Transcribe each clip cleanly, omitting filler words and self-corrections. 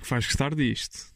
que vais gostar disto.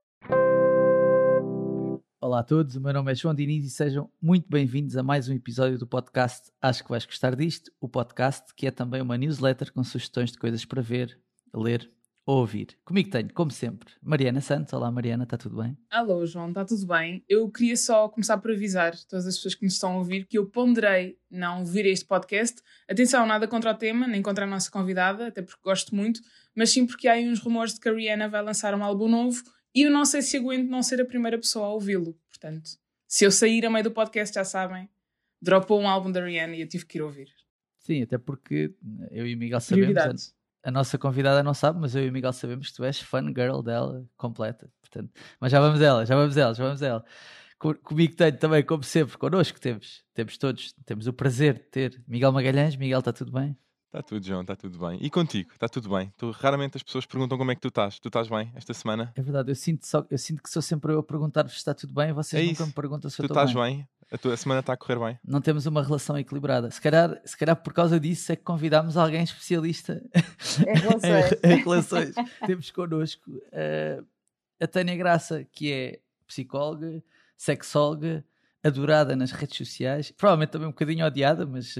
Olá a todos, o meu nome é João Diniz e sejam muito bem-vindos a mais um episódio do podcast Acho que vais gostar disto, o podcast que é também uma newsletter com sugestões de coisas para ver, ler ou ouvir. Comigo tenho, como sempre, Mariana Santos. Olá Mariana, está tudo bem? Alô João, está tudo bem? Eu queria só começar por avisar todas as pessoas que nos estão a ouvir que eu ponderei não ouvir este podcast. Atenção, nada contra o tema, nem contra a nossa convidada, até porque gosto muito, mas sim porque há aí uns rumores de que a Rihanna vai lançar um álbum novo e eu não sei se aguento não ser a primeira pessoa a ouvi-lo. Portanto, se eu sair a meio do podcast, já sabem, dropou um álbum da Rihanna e eu tive que ir ouvir. Sim, até porque eu e o Miguel sabemos, a nossa convidada não sabe, mas eu e o Miguel sabemos que tu és fangirl dela completa. Portanto, mas já vamos a ela. Comigo tenho também, como sempre, connosco temos todos, temos o prazer de ter Miguel Magalhães. Miguel, está tudo bem? Está tudo, João, está tudo bem. E contigo, está tudo bem? Raramente as pessoas perguntam como é que tu estás. Tu estás bem esta semana? É verdade, eu sinto que sou sempre eu a perguntar-vos se está tudo bem e vocês nunca me perguntam se eu estou bem. Tu estás bem? A tua semana está a correr bem? Não temos uma relação equilibrada. Se calhar por causa disso é que convidámos alguém especialista em relações. Temos connosco a Tânia Graça, que é psicóloga, sexóloga, adorada nas redes sociais, provavelmente também um bocadinho odiada, mas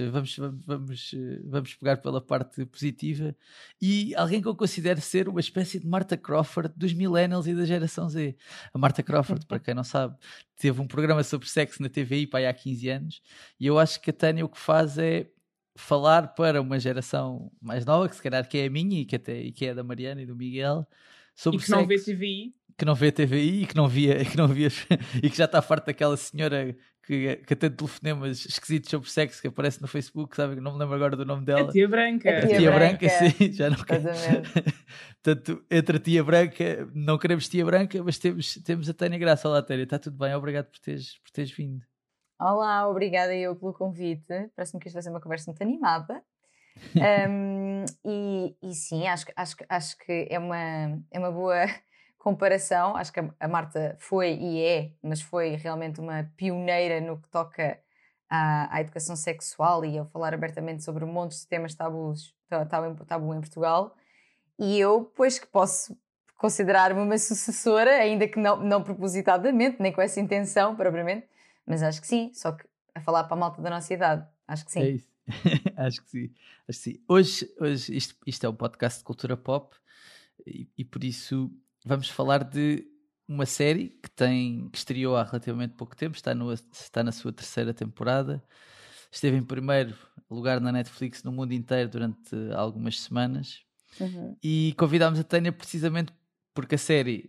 vamos pegar pela parte positiva, e alguém que eu considero ser uma espécie de Martha Crawford dos millennials e da geração Z. A Martha Crawford, para quem não sabe, teve um programa sobre sexo na TVI há 15 anos, e eu acho que a Tânia o que faz é falar para uma geração mais nova, que se calhar que é a minha e que é da Mariana e do Miguel, sobre sexo. Não vê TVI. Que não vê TVI e que não via e que já está farto daquela senhora que atende telefonemas esquisitos sobre sexo que aparece no Facebook, sabe? Não me lembro agora do nome dela. A Tia Branca. A Tia Branca, sim, já não quero. Portanto, entre a Tia Branca, não queremos Tia Branca, mas temos a Tânia Graça. Olá, Tânia, está tudo bem? Obrigado por teres vindo. Olá, obrigada eu pelo convite. Parece-me que isto vai ser uma conversa muito animada. E sim, acho que é uma boa comparação. Acho que a Marta mas foi realmente uma pioneira no que toca à educação sexual e a falar abertamente sobre um monte de temas tabu em Portugal. E eu, pois, que posso considerar-me uma sucessora, ainda que não propositadamente, nem com essa intenção, propriamente, mas acho que sim, só que a falar para a malta da nossa idade, acho que sim. É isso. Acho que sim. Hoje isto é um podcast de cultura pop e por isso vamos falar de uma série que estreou há relativamente pouco tempo, está na sua terceira temporada, esteve em primeiro lugar na Netflix no mundo inteiro durante algumas semanas. E convidámos a Tânia precisamente porque a série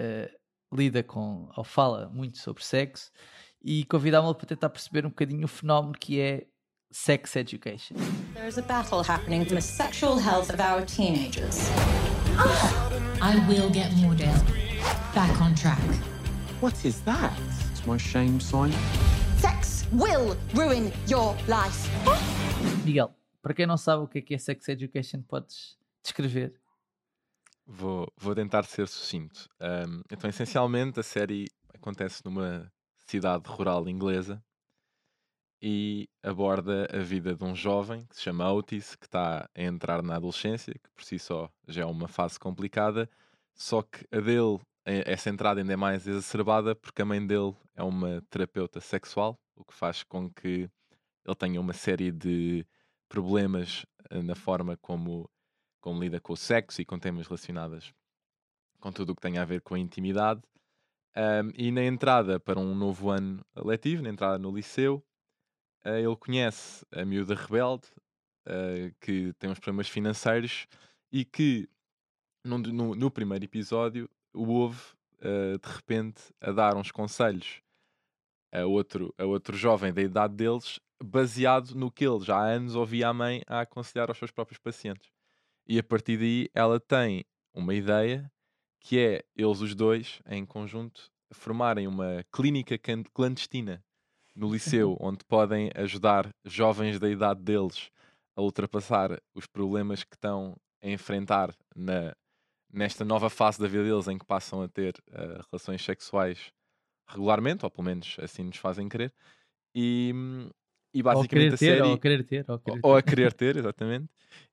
fala muito sobre sexo e convidámos-la para tentar perceber um bocadinho o fenómeno que é sex education. There's a battle happening for the sexual health of our teenagers. I will get Mordell back on track. What is that? It's my shame sign. Sex will ruin your life. Miguel, para quem não sabe o que é sex education, podes descrever? Vou tentar ser sucinto. Então, essencialmente, a série acontece numa cidade rural inglesa e aborda a vida de um jovem que se chama Otis, que está a entrar na adolescência, que por si só já é uma fase complicada, só que a dele, essa entrada ainda é mais exacerbada porque a mãe dele é uma terapeuta sexual, o que faz com que ele tenha uma série de problemas na forma como lida com o sexo e com temas relacionados com tudo o que tem a ver com a intimidade. E na entrada para um novo ano letivo, na entrada no liceu, ele conhece a miúda rebelde, que tem uns problemas financeiros e que no primeiro episódio o ouve de repente a dar uns conselhos a outro jovem da idade deles, baseado no que ele já há anos ouvia a mãe a aconselhar aos seus próprios pacientes. E a partir daí ela tem uma ideia que é eles os dois, em conjunto, formarem uma clínica clandestina no liceu, onde podem ajudar jovens da idade deles a ultrapassar os problemas que estão a enfrentar nesta nova fase da vida deles, em que passam a ter relações sexuais regularmente, ou pelo menos assim nos fazem crer. E basicamente a série... Ou a querer ter. Ou a querer ter, exatamente.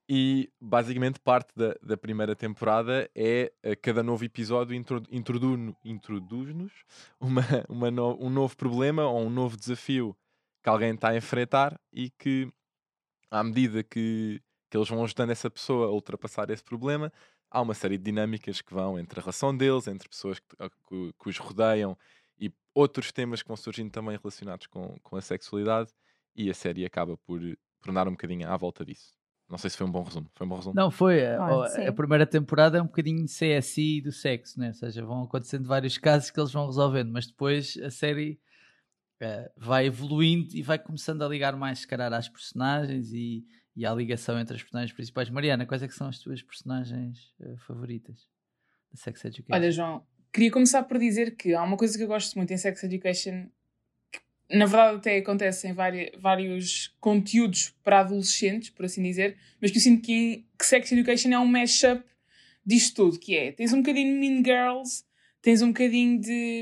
E basicamente parte da primeira temporada é cada novo episódio introduz-nos um novo problema ou um novo desafio que alguém está a enfrentar e que, à medida que eles vão ajudando essa pessoa a ultrapassar esse problema, há uma série de dinâmicas que vão entre a relação deles, entre pessoas que os rodeiam e outros temas que vão surgindo também relacionados com a sexualidade, e a série acaba por tornar um bocadinho à volta disso. Não sei se foi um bom resumo. Foi um bom resumo? Não, foi. Sim. A primeira temporada é um bocadinho CSI do sexo, né? Ou seja, vão acontecendo vários casos que eles vão resolvendo, mas depois a série vai evoluindo e vai começando a ligar mais, se calhar, às personagens e à ligação entre as personagens principais. Mariana, quais é que são as tuas personagens favoritas da Sex Education? Olha, João, queria começar por dizer que há uma coisa que eu gosto muito em Sex Education, que na verdade até acontece em vários conteúdos para adolescentes, por assim dizer, mas que eu sinto que Sex Education é um mashup disto tudo, que é, tens um bocadinho de Mean Girls, tens um bocadinho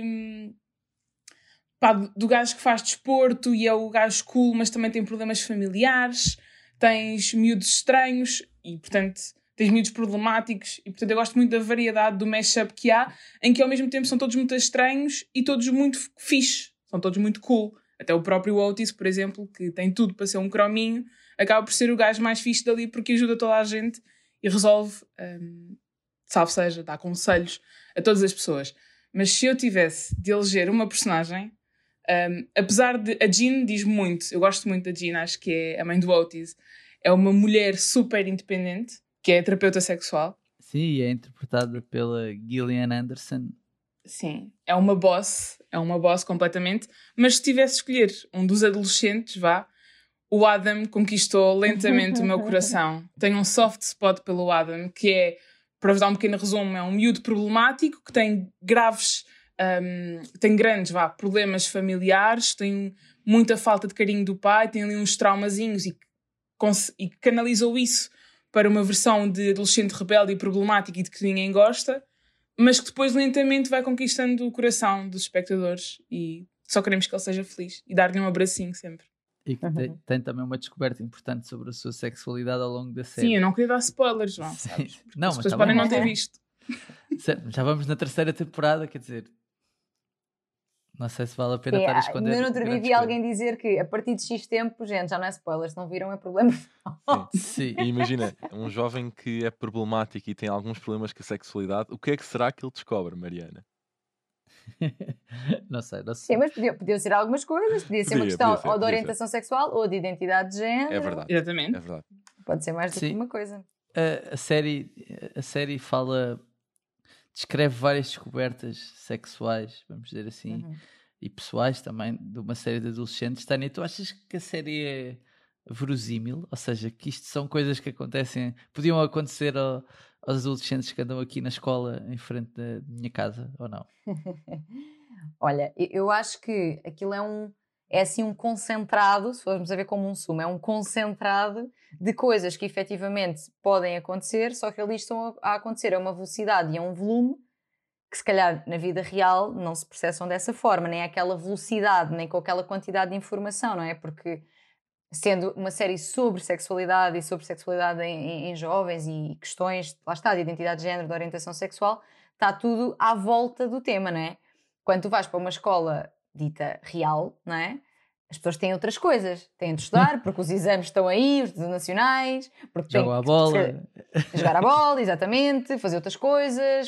do gajo que faz desporto e é o gajo cool, mas também tem problemas familiares, tens miúdos estranhos e, portanto, tens miúdos problemáticos e, portanto, eu gosto muito da variedade do mashup que há, em que ao mesmo tempo são todos muito estranhos e todos muito fixe, são todos muito cool. Até o próprio Otis, por exemplo, que tem tudo para ser um crominho, acaba por ser o gajo mais fixe dali porque ajuda toda a gente e resolve, salve seja, dá conselhos a todas as pessoas. Mas se eu tivesse de eleger uma personagem, apesar de... A Jean diz muito, eu gosto muito da Jean, acho que é a mãe do Otis, é uma mulher super independente, que é terapeuta sexual. Sim, é interpretada pela Gillian Anderson. Sim, é uma boss completamente, mas se tivesse de escolher um dos adolescentes, o Adam conquistou lentamente o meu coração. Tenho um soft spot pelo Adam, que é, para vos dar um pequeno resumo, é um miúdo problemático que tem grandes problemas familiares, tem muita falta de carinho do pai, tem ali uns traumazinhos e canalizou isso para uma versão de adolescente rebelde e problemático e de que ninguém gosta, mas que depois lentamente vai conquistando o coração dos espectadores e só queremos que ele seja feliz e dar-lhe um abracinho sempre. E que tem também uma descoberta importante sobre a sua sexualidade ao longo da série. Sim, eu não queria dar spoilers, João, sabes? Não, as mas pessoas podem não ter visto. Já vamos na terceira temporada, quer dizer... Não sei se vale a pena estar a esconder. No outro dia vi alguém dizer que a partir de X tempo, gente, já não é spoilers, não viram, é problema. Sim. E imagina, um jovem que é problemático e tem alguns problemas com a sexualidade, o que é que será que ele descobre, Mariana? Não sei. Sim, mas podiam ser algumas coisas, podia ser uma questão ou de orientação sexual ou de identidade de género. É verdade. Exatamente. É verdade. Pode ser mais do que uma coisa. A série descreve várias descobertas sexuais, vamos dizer assim, e pessoais também, de uma série de adolescentes. Tânia, tu achas que a série é verosímil? Ou seja, que isto são coisas que podiam acontecer aos adolescentes que andam aqui na escola em frente da minha casa, ou não? Olha, eu acho que aquilo é assim um concentrado, se formos a ver como um sumo, é um concentrado de coisas que efetivamente podem acontecer, só que ali estão a acontecer a uma velocidade e a um volume que se calhar na vida real não se processam dessa forma, nem aquela velocidade, nem com aquela quantidade de informação, não é? Porque sendo uma série sobre sexualidade e sobre sexualidade em jovens e questões, lá está, de identidade de género, de orientação sexual, está tudo à volta do tema, não é? Quando tu vais para uma escola dita real, não é? As pessoas têm outras coisas, têm de estudar, porque os exames estão aí, os nacionais, porque jogar a bola. Jogar a bola, exatamente, fazer outras coisas,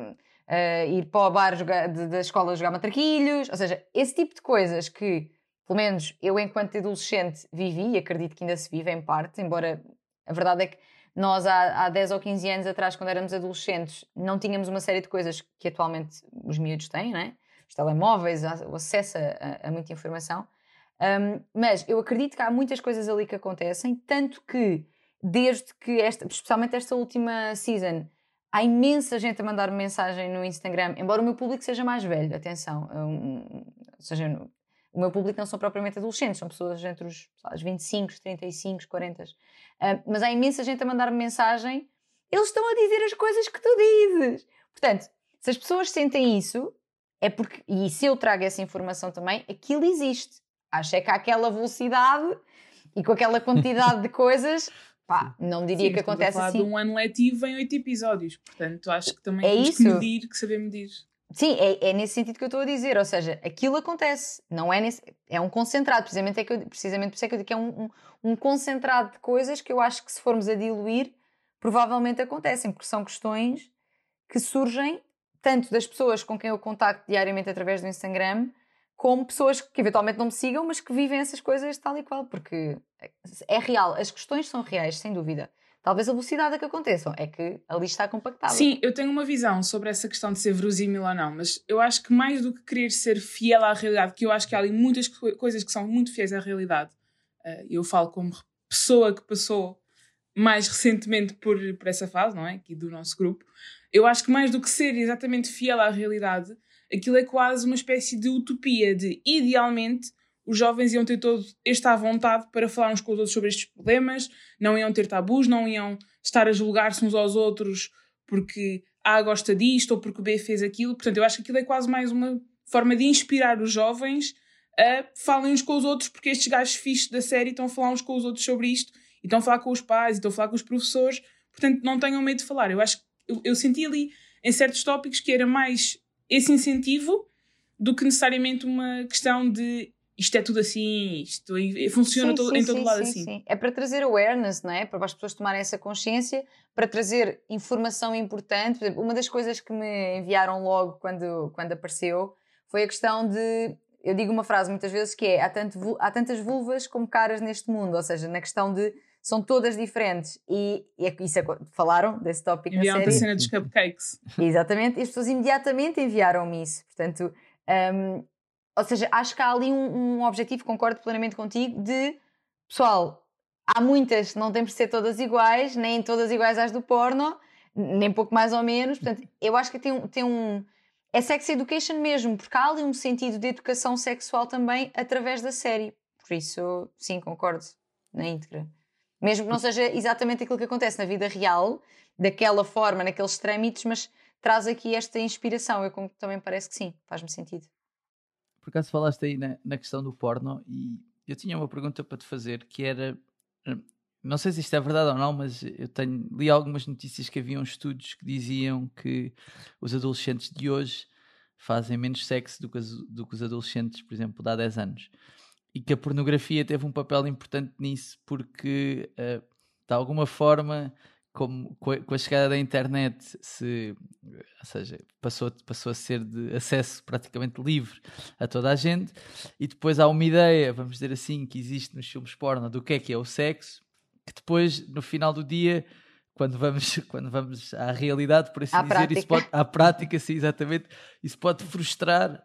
ir para o bar da escola jogar matraquilhos, ou seja, esse tipo de coisas que, pelo menos eu enquanto adolescente vivi, e acredito que ainda se vive em parte, embora a verdade é que nós há 10 ou 15 anos atrás, quando éramos adolescentes, não tínhamos uma série de coisas que atualmente os miúdos têm, não é? Os telemóveis, o acesso a muita informação. Mas eu acredito que há muitas coisas ali que acontecem, tanto que desde que especialmente esta última season, há imensa gente a mandar mensagem no Instagram, embora o meu público seja mais velho, atenção, ou seja, o meu público não são propriamente adolescentes, são pessoas entre os 25, 35, 40, mas há imensa gente a mandar-me mensagem, eles estão a dizer as coisas que tu dizes. Portanto, se as pessoas sentem isso, é porque, e se eu trago essa informação também, aquilo existe. Acho é que há aquela velocidade e com aquela quantidade de coisas, Pá, não diria Sim, que acontece a falar assim. de um ano letivo em 8 episódios, portanto acho que também É temos isso. que medir, que saber medir. Sim, é nesse sentido que eu estou a dizer, ou seja, aquilo acontece, não é é um concentrado, precisamente por isso é que eu digo que é um concentrado de coisas que eu acho que se formos a diluir, provavelmente acontecem, porque são questões que surgem tanto das pessoas com quem eu contacto diariamente através do Instagram, como pessoas que eventualmente não me sigam, mas que vivem essas coisas tal e qual, porque é real, as questões são reais, sem dúvida. Talvez a velocidade a que aconteçam é que ali está compactada. Sim, eu tenho uma visão sobre essa questão de ser verosímil ou não, mas eu acho que mais do que querer ser fiel à realidade, que eu acho que há ali muitas coisas que são muito fiéis à realidade, eu falo como pessoa que passou mais recentemente por essa fase, não é? Aqui do nosso grupo, eu acho que mais do que ser exatamente fiel à realidade, aquilo é quase uma espécie de utopia de, idealmente, os jovens iam ter todo esta vontade para falar uns com os outros sobre estes problemas, não iam ter tabus, não iam estar a julgar-se uns aos outros porque A gosta disto ou porque o B fez aquilo. Portanto, eu acho que aquilo é quase mais uma forma de inspirar os jovens a falem uns com os outros, porque estes gajos fixos da série estão a falar uns com os outros sobre isto, e estão a falar com os pais, e estão a falar com os professores, portanto não tenham medo de falar. Eu acho que eu senti ali em certos tópicos que era mais esse incentivo do que necessariamente uma questão de isto é tudo assim, isto funciona em todo lado assim. Sim. É para trazer awareness, não é? Para as pessoas tomarem essa consciência, para trazer informação importante. Por exemplo, uma das coisas que me enviaram logo quando apareceu foi a questão de, eu digo uma frase muitas vezes que é, há tantas vulvas como caras neste mundo, ou seja, na questão de são todas diferentes e isso falaram desse tópico na série. Enviaram-te a cena dos cupcakes. Exatamente, e as pessoas imediatamente enviaram-me isso, portanto... ou seja, acho que há ali um objetivo, concordo plenamente contigo, de, pessoal, há muitas, não temos de ser todas iguais, nem todas iguais às do porno, nem pouco mais ou menos, portanto, eu acho que é sex education mesmo, porque há ali um sentido de educação sexual também através da série, por isso, sim, concordo, na íntegra. Mesmo que não seja exatamente aquilo que acontece na vida real, daquela forma, naqueles trâmites, mas traz aqui esta inspiração, eu também parece que sim, faz-me sentido. Por acaso falaste aí na questão do porno e eu tinha uma pergunta para te fazer que era, não sei se isto é verdade ou não, mas eu li algumas notícias que haviam estudos que diziam que os adolescentes de hoje fazem menos sexo do que os adolescentes, por exemplo, de há 10 anos. E que a pornografia teve um papel importante nisso porque, de alguma forma... com a chegada da internet, ou seja, passou a ser de acesso praticamente livre a toda a gente, e depois há uma ideia, vamos dizer assim, que existe nos filmes porno do que é o sexo, que depois, no final do dia, quando vamos à realidade, por assim dizer, à prática, sim, exatamente, isso pode frustrar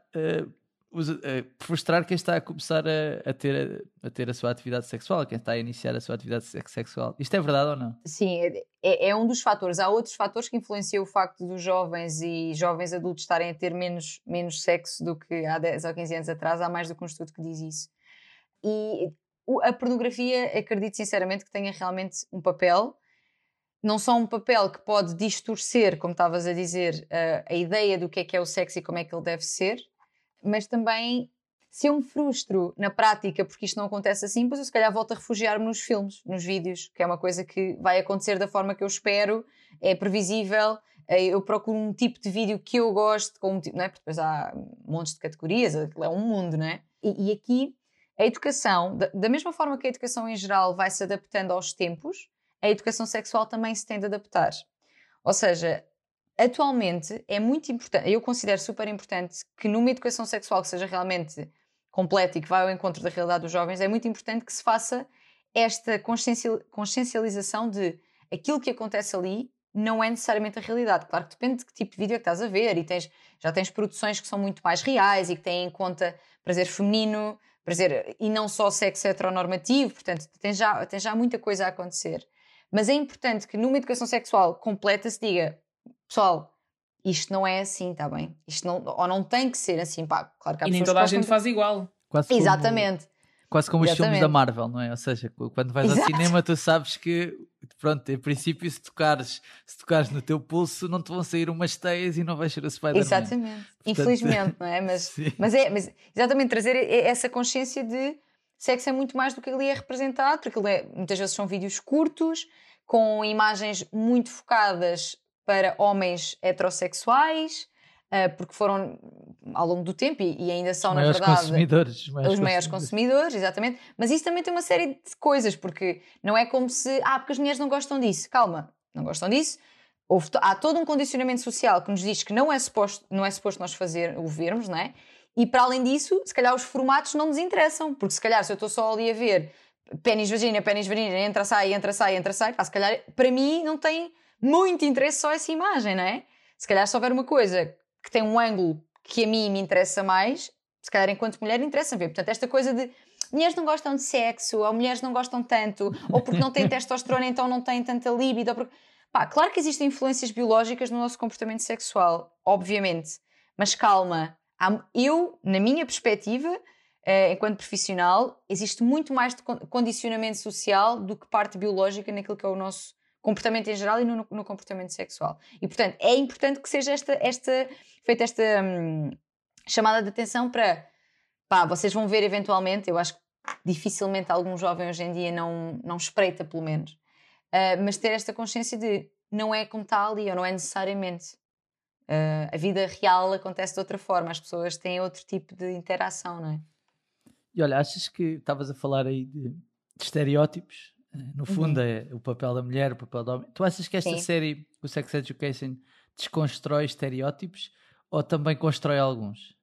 quem está a começar a ter a sua atividade sexual, quem está a iniciar a sua atividade sexual. Isto é verdade ou não? Sim, é um dos fatores. Há outros fatores que influenciam o facto dos jovens e jovens adultos estarem a ter menos sexo do que há 10 ou 15 anos atrás. Há mais do que um estudo que diz isso. E a pornografia, acredito sinceramente que tenha realmente um papel, não só um papel que pode distorcer, como estavas a dizer, a ideia do que é o sexo e como é que ele deve ser, mas também, se eu me frustro na prática porque isto não acontece assim, depois eu se calhar volto a refugiar-me nos filmes, nos vídeos, que é uma coisa que vai acontecer da forma que eu espero, é previsível, eu procuro um tipo de vídeo que eu gosto, não é? Porque depois há montes de categorias, é um mundo, não é? E aqui, a educação, da mesma forma que a educação em geral vai se adaptando aos tempos, a educação sexual também se tem de adaptar. Ou seja... Atualmente é muito importante, eu considero super importante que numa educação sexual que seja realmente completa e que vá ao encontro da realidade dos jovens, é muito importante que se faça esta consciencialização de aquilo que acontece ali não é necessariamente a realidade. Claro que depende de que tipo de vídeo é que estás a ver e já tens produções que são muito mais reais e que têm em conta prazer feminino, e não só sexo heteronormativo, portanto tens já muita coisa a acontecer. Mas é importante que numa educação sexual completa se diga: pessoal, isto não é assim, está bem? Isto não tem que ser assim, pá. Claro que há e nem toda a gente faz igual. Exatamente. Quase como os filmes da Marvel, não é? Ou seja, quando vais ao cinema tu sabes que, pronto, em princípio se tocares no teu pulso não te vão sair umas teias e não vais ser o Spider-Man. Exatamente. Portanto... Infelizmente, não é? Mas exatamente, trazer essa consciência de sexo é muito mais do que ali é representado, porque muitas vezes são vídeos curtos, com imagens muito focadas para homens heterossexuais, porque foram ao longo do tempo e ainda são, na verdade, os maiores consumidores, exatamente. Mas isso também tem uma série de coisas, porque não é como se, porque as mulheres não gostam disso. Calma, não gostam disso. Há todo um condicionamento social que nos diz que não é suposto nós o vermos, não é? E para além disso, se calhar os formatos não nos interessam, porque se calhar se eu estou só ali a ver pênis, vagina, entra, sai, se calhar para mim não tem muito interesse só essa imagem, não é? Se calhar se houver uma coisa que tem um ângulo que a mim me interessa mais, se calhar enquanto mulher interessa ver. Portanto, esta coisa de mulheres não gostam de sexo, ou mulheres não gostam tanto, ou porque não têm testosterona então não têm tanta libido, claro que existem influências biológicas no nosso comportamento sexual, obviamente, mas calma, na minha perspectiva, enquanto profissional, existe muito mais de condicionamento social do que parte biológica naquilo que é o nosso comportamento em geral e no comportamento sexual. E, portanto, é importante que seja feita esta chamada de atenção para, vocês vão ver eventualmente, eu acho que dificilmente algum jovem hoje em dia não espreita, pelo menos, mas ter esta consciência de não é como está ali, ou não é necessariamente. A vida real acontece de outra forma, as pessoas têm outro tipo de interação, não é? E olha, achas que estavas a falar aí de estereótipos? No fundo é o papel da mulher, o papel do homem. Tu achas que esta série, o Sex Education, desconstrói estereótipos ou também constrói alguns?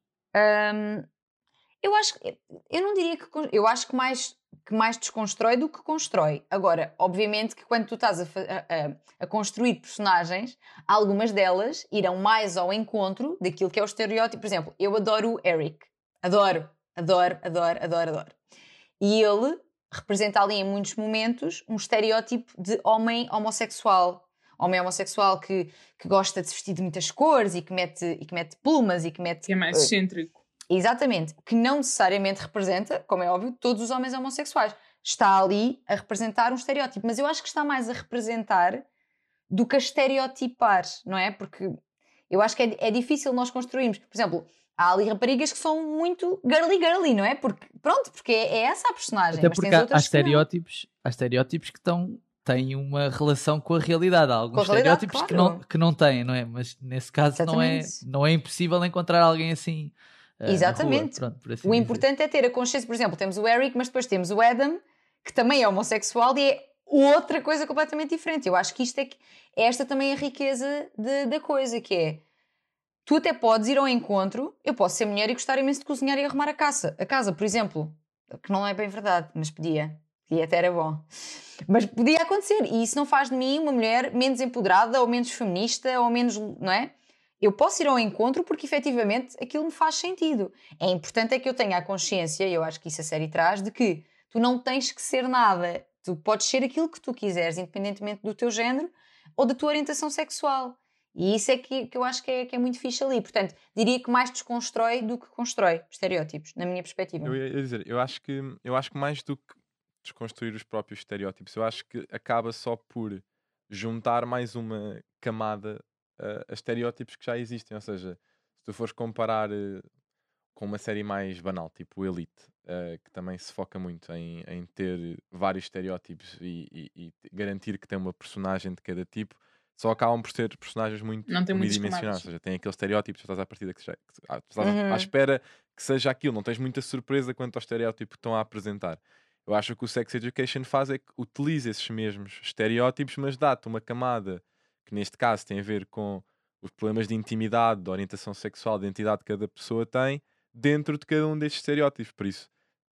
Eu não diria que... Eu acho que mais desconstrói do que constrói. Agora, obviamente que quando tu estás a construir personagens, algumas delas irão mais ao encontro daquilo que é o estereótipo. Por exemplo, eu adoro o Eric. Adoro. E ele representa ali em muitos momentos um estereótipo de homem homossexual. Homem homossexual que gosta de se vestir de muitas cores e que mete plumas e que mete... Que é mais excêntrico. Exatamente. Que não necessariamente representa, como é óbvio, todos os homens homossexuais. Está ali a representar um estereótipo. Mas eu acho que está mais a representar do que a estereotipar, não é? Porque eu acho que é difícil nós construirmos. Por exemplo, há ali raparigas que são muito girly, não é? Porque é essa a personagem. Até porque há estereótipos que têm uma relação com a realidade. Há alguns estereótipos que não têm, não é? Mas nesse caso não é impossível encontrar alguém assim. Exatamente. Pronto, assim o importante é ter a consciência. Por exemplo, temos o Eric, mas depois temos o Adam, que também é homossexual e é outra coisa completamente diferente. Eu acho que esta também é a riqueza da coisa, que é: tu até podes ir ao encontro, eu posso ser mulher e gostar imenso de cozinhar e arrumar a casa, por exemplo, que não é bem verdade, mas podia até era bom, mas podia acontecer, e isso não faz de mim uma mulher menos empoderada ou menos feminista ou menos, não é? Eu posso ir ao encontro porque efetivamente aquilo me faz sentido. É importante que eu tenha a consciência, e eu acho que isso a série traz, de que tu não tens que ser nada, tu podes ser aquilo que tu quiseres, independentemente do teu género ou da tua orientação sexual. E isso é que eu acho que é muito fixe ali. Portanto, diria que mais desconstrói do que constrói estereótipos, na minha perspectiva. Eu ia dizer, eu acho que mais do que desconstruir os próprios estereótipos, eu acho que acaba só por juntar mais uma camada a estereótipos que já existem. Ou seja, se tu fores comparar com uma série mais banal, tipo Elite, que também se foca muito em ter vários estereótipos e garantir que tem uma personagem de cada tipo, só acabam por ser personagens muito unidimensionais. Ou seja, tem aquele estereótipo, tu estás à partida tu estás à espera que seja aquilo, não tens muita surpresa quanto ao estereótipo que estão a apresentar. Eu acho que o Sex Education faz é que utiliza esses mesmos estereótipos, mas dá-te uma camada que neste caso tem a ver com os problemas de intimidade, de orientação sexual, de identidade que cada pessoa tem, dentro de cada um destes estereótipos. Por isso,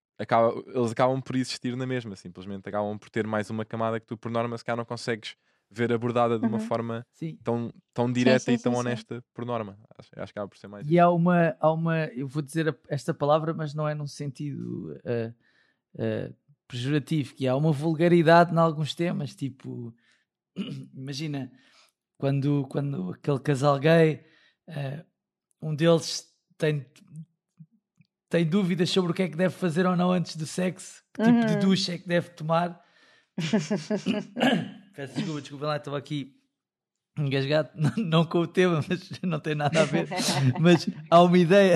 eles acabam por existir na mesma, simplesmente acabam por ter mais uma camada que tu, por norma, se calhar não consegues ver abordada de uma forma tão direta e tão honesta, por norma. Acho que acaba por ser mais. E há uma, eu vou dizer esta palavra, mas não é num sentido pejorativo, que há uma vulgaridade em alguns temas, tipo, imagina, quando aquele casal gay, um deles tem dúvidas sobre o que é que deve fazer ou não antes do sexo, que tipo de ducha é que deve tomar. Peço desculpa lá, estava aqui engasgado, não com o tema, mas não tem nada a ver. Mas há uma ideia.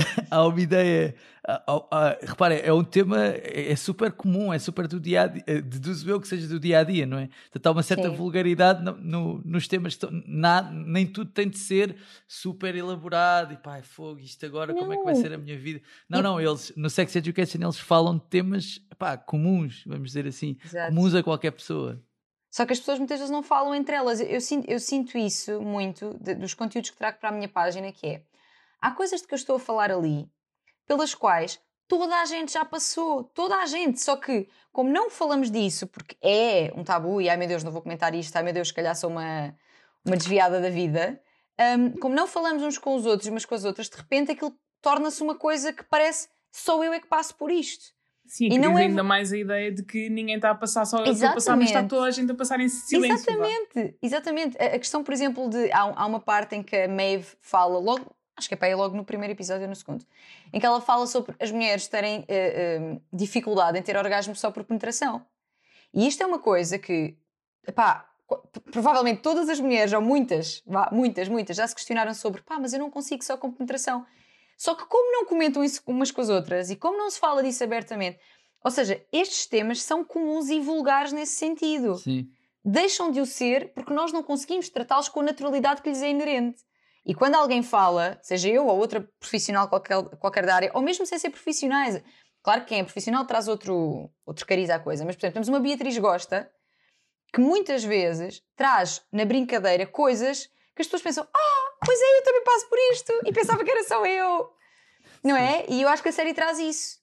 Reparem, é um tema, é super comum, é super do dia a dia, deduzo eu que seja do dia a dia, não é? Portanto, há uma certa vulgaridade nos temas, nem tudo tem de ser super elaborado e pá, fogo, isto agora, como é que vai ser a minha vida? Não, eles no Sex Education eles falam de temas comuns, vamos dizer assim, comuns a qualquer pessoa. Só que as pessoas muitas vezes não falam entre elas. Eu sinto isso muito dos conteúdos que trago para a minha página, que é, há coisas de que eu estou a falar ali, pelas quais toda a gente já passou, toda a gente, só que como não falamos disso, porque é um tabu, e ai meu Deus, não vou comentar isto, ai meu Deus, se calhar sou uma desviada da vida, como não falamos uns com os outros, umas com as outras, de repente aquilo torna-se uma coisa que parece só eu é que passo por isto. Sim, e não é ainda mais a ideia de que ninguém está a passar, só eu estou a passar, mas está toda a gente a passar em silêncio. Exatamente. A questão, por exemplo, há uma parte em que a Maeve fala logo, acho que é para ir logo no primeiro episódio ou no segundo, em que ela fala sobre as mulheres terem dificuldade em ter orgasmo só por penetração. E isto é uma coisa que, provavelmente todas as mulheres, ou muitas, já se questionaram sobre, mas eu não consigo só com penetração. Só que como não comentam isso umas com as outras e como não se fala disso abertamente, ou seja, estes temas são comuns e vulgares nesse sentido. Sim. Deixam de o ser porque nós não conseguimos tratá-los com a naturalidade que lhes é inerente. E quando alguém fala, seja eu ou outra profissional qualquer da área, ou mesmo sem ser profissionais, claro que quem é profissional traz outro cariz à coisa, mas por exemplo, temos uma Beatriz Gosta que muitas vezes traz na brincadeira coisas que as pessoas pensam, pois é, eu também passo por isto e pensava que era só eu, não é? E eu acho que a série traz isso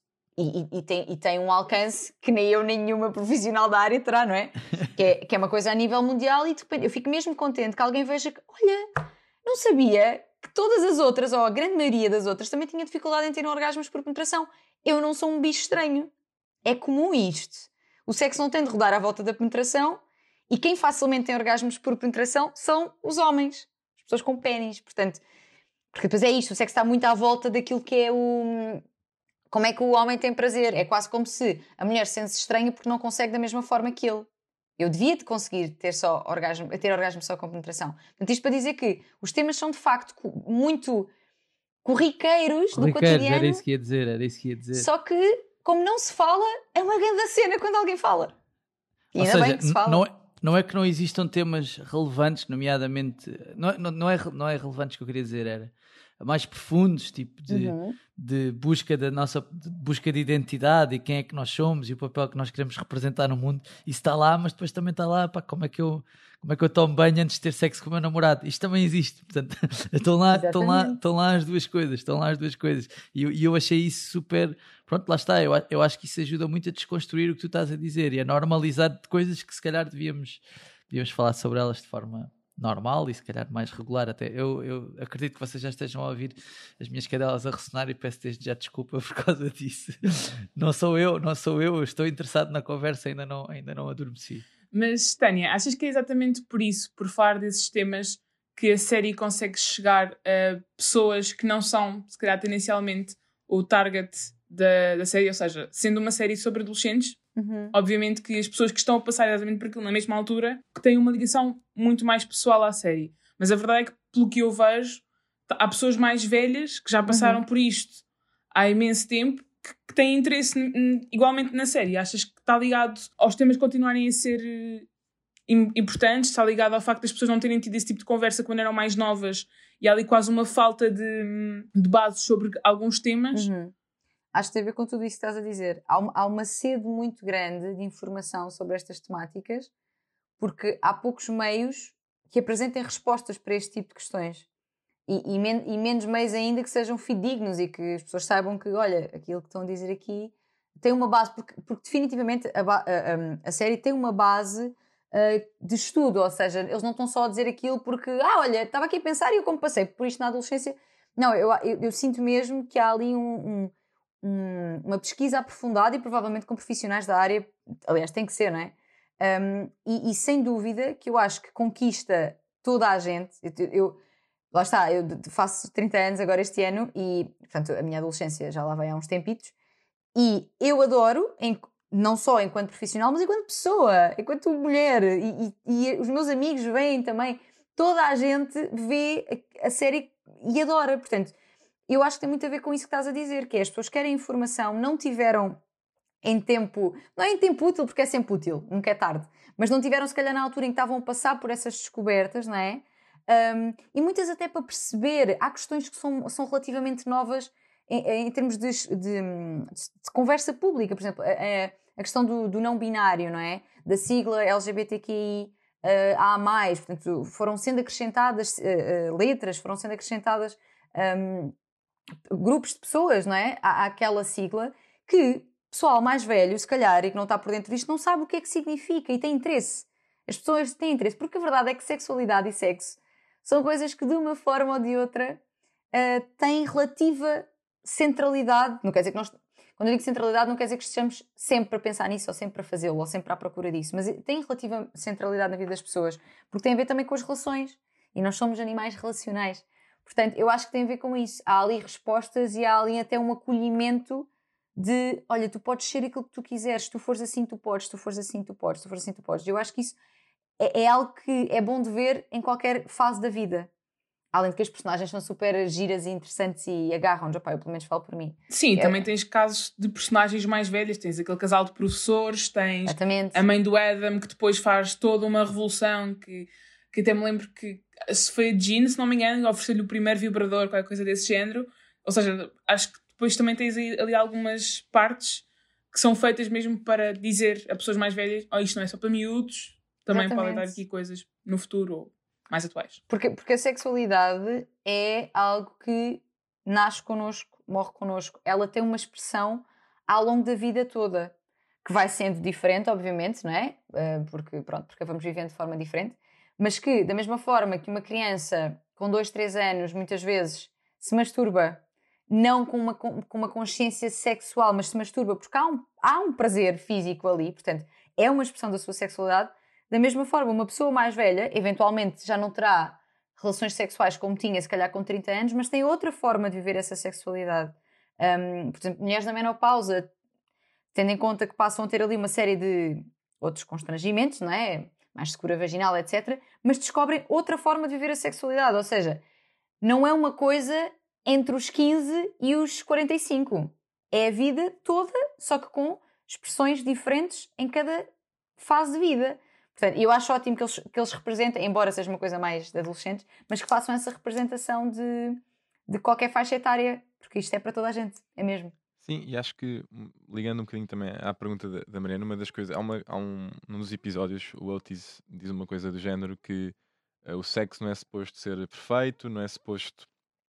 e tem um alcance que nem eu nem nenhuma profissional da área terá, não é? Que é uma coisa a nível mundial e de repente eu fico mesmo contente que alguém veja que, olha, não sabia que todas as outras, ou a grande maioria das outras, também tinha dificuldade em ter orgasmos por penetração. Eu não sou um bicho estranho, é comum isto. O sexo não tem de rodar à volta da penetração e quem facilmente tem orgasmos por penetração são os homens, as pessoas com pénis, portanto, porque depois é isto, o sexo está muito à volta daquilo que é como é que o homem tem prazer, é quase como se a mulher se sente estranha porque não consegue da mesma forma que ele. Eu devia de conseguir ter orgasmo só com penetração. Portanto, isto para dizer que os temas são de facto muito corriqueiros do cotidiano. Era isso que ia dizer. Só que, como não se fala, é uma grande cena quando alguém fala. E Ou ainda seja, bem que se fala. Não é que não existam temas relevantes, nomeadamente... Não é relevantes que eu queria dizer, era mais profundos, tipo de busca busca de identidade e quem é que nós somos e o papel que nós queremos representar no mundo. Isso está lá, mas depois também está lá, como é que eu tomo banho antes de ter sexo com o meu namorado? Isto também existe, portanto, estão lá as duas coisas. E eu achei isso super... Pronto, lá está, eu acho que isso ajuda muito a desconstruir o que tu estás a dizer e a normalizar coisas que se calhar devíamos falar sobre elas de forma normal e se calhar mais regular até. Eu acredito que vocês já estejam a ouvir as minhas cadelas a ressonar e peço desde já desculpa por causa disso. Não sou eu estou interessado na conversa, ainda não adormeci. Mas Tânia, achas que é exatamente por isso, por falar desses temas, que a série consegue chegar a pessoas que não são, se calhar tendencialmente, o target da série, ou seja, sendo uma série sobre adolescentes, obviamente que as pessoas que estão a passar exatamente por aquilo na mesma altura que têm uma ligação muito mais pessoal à série. Mas a verdade é que, pelo que eu vejo, há pessoas mais velhas que já passaram por isto há imenso tempo que têm interesse igualmente na série. Achas que está ligado aos temas continuarem a ser importantes? Está ligado ao facto das pessoas não terem tido esse tipo de conversa quando eram mais novas e há ali quase uma falta de bases sobre alguns temas? Acho que tem a ver com tudo isso que estás a dizer. Há uma sede muito grande de informação sobre estas temáticas porque há poucos meios que apresentem respostas para este tipo de questões e menos meios ainda que sejam fidedignos e que as pessoas saibam que, olha, aquilo que estão a dizer aqui tem uma base, porque definitivamente a série tem uma base de estudo, ou seja, eles não estão só a dizer aquilo porque, olha, estava aqui a pensar e eu como passei por isto na adolescência. Não, eu sinto mesmo que há ali uma pesquisa aprofundada e provavelmente com profissionais da área, aliás tem que ser, não é? E sem dúvida que eu acho que conquista toda a gente. Lá está, eu faço 30 anos agora este ano e, portanto, a minha adolescência já lá vai há uns tempitos e eu adoro, não só enquanto profissional, mas enquanto pessoa, enquanto mulher e os meus amigos veem também toda a gente vê a série e adora. Portanto, eu acho que tem muito a ver com isso que estás a dizer, que é as pessoas querem informação, não tiveram em tempo, não é em tempo útil porque é sempre útil, nunca é tarde, mas não tiveram se calhar na altura em que estavam a passar por essas descobertas, não é? E muitas até para perceber, há questões que são relativamente novas em termos de conversa pública, por exemplo, a questão do não binário, não é? Da sigla LGBTQI A+, portanto, foram sendo acrescentadas letras, foram sendo acrescentadas grupos de pessoas, não é? Àquela sigla que pessoal mais velho, se calhar, e que não está por dentro disto, não sabe o que é que significa e tem interesse. As pessoas têm interesse, porque a verdade é que sexualidade e sexo são coisas que de uma forma ou de outra têm relativa centralidade. Não quer dizer que nós, quando eu digo centralidade, não quer dizer que estejamos sempre a pensar nisso, ou sempre a fazê-lo, ou sempre à procura disso, mas tem relativa centralidade na vida das pessoas, porque tem a ver também com as relações, e nós somos animais relacionais. Portanto, eu acho que tem a ver com isso. Há ali respostas e há ali até um acolhimento de, olha, tu podes ser aquilo que tu quiseres, se tu fores assim tu podes, se tu fores assim tu podes, se tu fores assim tu podes. Eu acho que isso é algo que é bom de ver em qualquer fase da vida. Além de que as personagens são super giras e interessantes e agarram-nos, eu pelo menos falo por mim. Sim, também tens casos de personagens mais velhas, tens aquele casal de professores, tens Exatamente. a mãe do Adam, que depois faz toda uma revolução, que até me lembro que se foi a Jean, se não me engano, ofereceu-lhe o primeiro vibrador, qualquer coisa desse género. Ou seja, acho que depois também tens ali algumas partes que são feitas mesmo para dizer a pessoas mais velhas, isto não é só para miúdos, também podem dar aqui coisas no futuro ou mais atuais. Porque a sexualidade é algo que nasce connosco, morre connosco. Ela tem uma expressão ao longo da vida toda, que vai sendo diferente, obviamente, não é? Porque vamos vivendo de forma diferente, mas que, da mesma forma que uma criança com 2, 3 anos, muitas vezes, se masturba, não com uma consciência sexual, mas se masturba porque há um prazer físico ali, portanto, é uma expressão da sua sexualidade. Da mesma forma, uma pessoa mais velha, eventualmente já não terá relações sexuais como tinha, se calhar com 30 anos, mas tem outra forma de viver essa sexualidade. Por exemplo, mulheres na menopausa, tendo em conta que passam a ter ali uma série de outros constrangimentos, não é? Mais secura vaginal, etc. Mas descobrem outra forma de viver a sexualidade. Ou seja, não é uma coisa entre os 15 e os 45. É a vida toda, só que com expressões diferentes em cada fase de vida. Portanto, eu acho ótimo que eles representem, embora seja uma coisa mais de adolescentes, mas que façam essa representação de qualquer faixa etária, porque isto é para toda a gente, é mesmo. Sim, e acho que, ligando um bocadinho também à pergunta da Mariana, uma das coisas, num dos episódios, o Otis diz uma coisa do género que o sexo não é suposto ser perfeito, não é suposto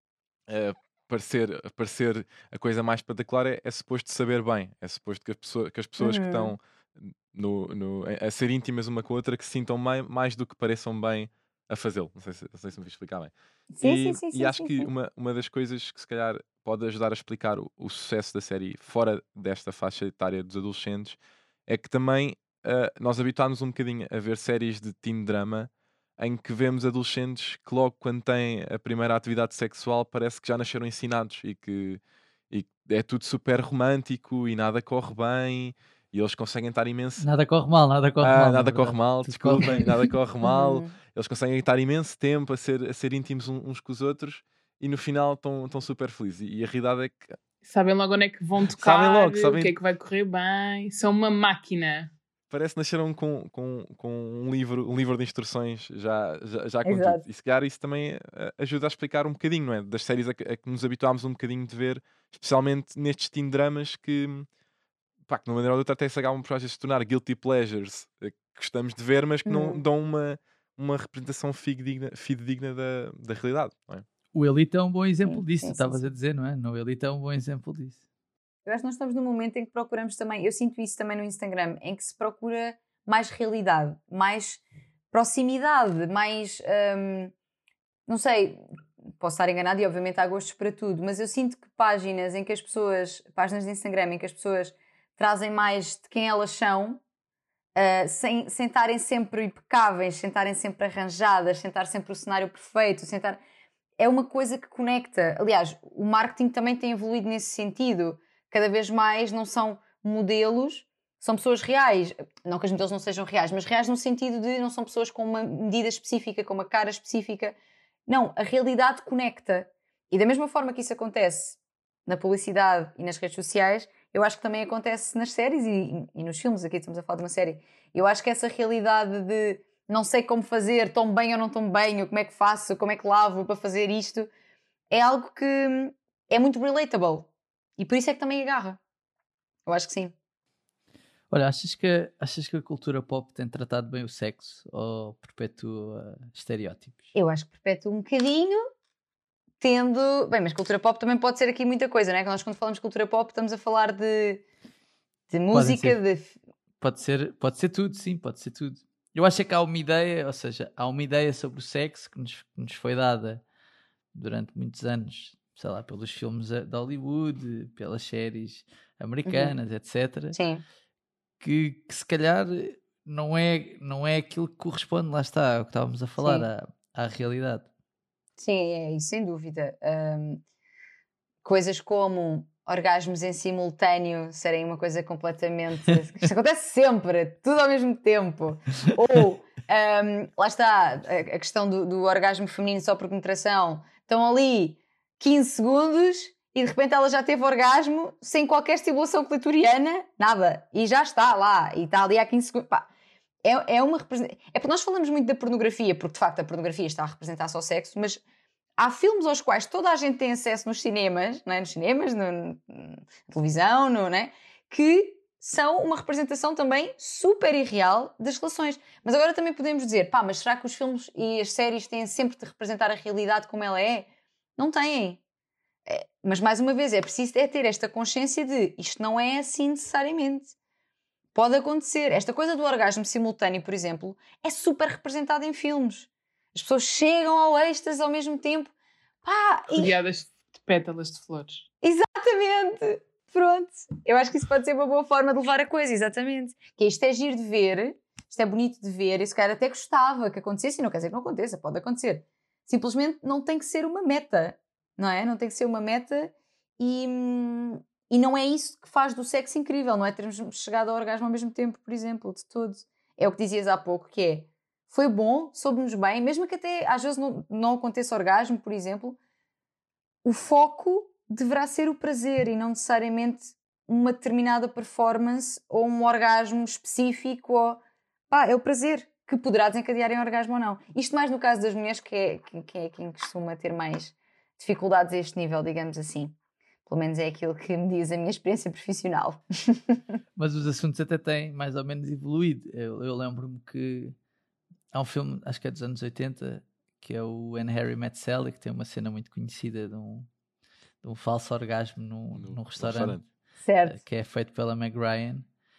parecer a coisa mais espetacular, é suposto saber bem, é suposto que as pessoas que estão a ser íntimas uma com a outra que se sintam mais do que pareçam bem a fazê-lo. Não sei se me vou explicar bem. E acho que uma das coisas que se calhar pode ajudar a explicar o sucesso da série fora desta faixa etária dos adolescentes é que também nós habituámos um bocadinho a ver séries de teen drama em que vemos adolescentes que logo quando têm a primeira atividade sexual parece que já nasceram ensinados e é tudo super romântico e nada corre bem e eles conseguem estar imenso... Nada corre mal, nada corre mal. Nada corre mal, desculpem, nada corre mal. Eles conseguem estar imenso tempo a ser íntimos uns com os outros e no final estão super felizes. E a realidade é que... Sabem logo onde é que vão tocar, o que é que vai correr bem. São uma máquina. Parece que nasceram com um livro de instruções já com Exato. tudo. E se calhar isso também ajuda a explicar um bocadinho, não é? Das séries a que nos habituámos um bocadinho de ver, especialmente nestes teen dramas que de uma maneira ou de outra até se acabam por às vezes se tornar guilty pleasures, que gostamos de ver, mas que não dão uma representação fidedigna da realidade, não é? O Elite é um bom exemplo disso, tu estavas a dizer, não é? No Elite é um bom exemplo disso. Eu acho que nós estamos num momento em que procuramos também, eu sinto isso também no Instagram, em que se procura mais realidade, mais proximidade, mais, não sei, posso estar enganada e obviamente há gostos para tudo, mas eu sinto que páginas de Instagram em que as pessoas trazem mais de quem elas são, sem estarem sempre impecáveis, sem estarem sempre arranjadas, sem estar sempre o cenário perfeito, é uma coisa que conecta. Aliás, o marketing também tem evoluído nesse sentido. Cada vez mais não são modelos, são pessoas reais. Não que as modelos não sejam reais, mas reais no sentido de não são pessoas com uma medida específica, com uma cara específica. Não, a realidade conecta. E da mesma forma que isso acontece na publicidade e nas redes sociais, eu acho que também acontece nas séries e nos filmes. Aqui estamos a falar de uma série. Eu acho que essa realidade de não sei como fazer, tomo bem ou não tomo bem, ou como é que faço, como é que lavo para fazer isto, é algo que é muito relatable. E por isso é que também agarra. Eu acho que sim. Olha, achas que a cultura pop tem tratado bem o sexo ou perpetua estereótipos? Eu acho que perpetua um bocadinho, tendo... Bem, mas cultura pop também pode ser aqui muita coisa, não é? Nós quando falamos de cultura pop estamos a falar de música, Pode ser tudo, sim, pode ser tudo. Eu acho que há uma ideia, ou seja, há uma ideia sobre o sexo que nos foi dada durante muitos anos, sei lá, pelos filmes de Hollywood, pelas séries americanas, etc. Sim. Que se calhar não é aquilo que corresponde, lá está, o que estávamos a falar, à realidade. Sim, é isso, sem dúvida. Coisas como orgasmos em simultâneo serem uma coisa completamente... Isto acontece sempre, tudo ao mesmo tempo. Ou, lá está, a questão do orgasmo feminino só por penetração. Estão ali 15 segundos e de repente ela já teve orgasmo sem qualquer estimulação clitoriana, nada. E já está lá, e está ali há 15 segundos. Pá, é porque nós falamos muito da pornografia, porque de facto a pornografia está a representar só sexo, mas há filmes aos quais toda a gente tem acesso nos cinemas, não é? Nos cinemas, na televisão, não é? Que são uma representação também super irreal das relações. Mas agora também podemos dizer, pá, mas será que os filmes e as séries têm sempre de representar a realidade como ela é? Não têm. Mas mais uma vez, é preciso ter esta consciência de isto não é assim necessariamente. Pode acontecer. Esta coisa do orgasmo simultâneo, por exemplo, é super representada em filmes. As pessoas chegam ao êxtase ao mesmo tempo. Rodeadas de pétalas de flores. Exatamente. Pronto. Eu acho que isso pode ser uma boa forma de levar a coisa, exatamente. Que isto é giro de ver, isto é bonito de ver, e se calhar até gostava que acontecesse, e não quer dizer que não aconteça, pode acontecer. Simplesmente não tem que ser uma meta, não é? Não tem que ser uma meta e não é isso que faz do sexo incrível, não é termos chegado ao orgasmo ao mesmo tempo, por exemplo, de todo. É o que dizias há pouco, que é, foi bom, soube-nos bem, mesmo que até às vezes não aconteça orgasmo, por exemplo, o foco deverá ser o prazer e não necessariamente uma determinada performance ou um orgasmo específico, ou é o prazer que poderá desencadear em orgasmo ou não. Isto mais no caso das mulheres, que é quem costuma ter mais dificuldades a este nível, digamos assim. Pelo menos é aquilo que me diz a minha experiência profissional. Mas os assuntos até têm mais ou menos evoluído. Eu lembro-me que há um filme, acho que é dos anos 80, que é o When Harry Met Sally, que tem uma cena muito conhecida de um falso orgasmo num restaurante. Certo. Que é feito pela Meg Ryan.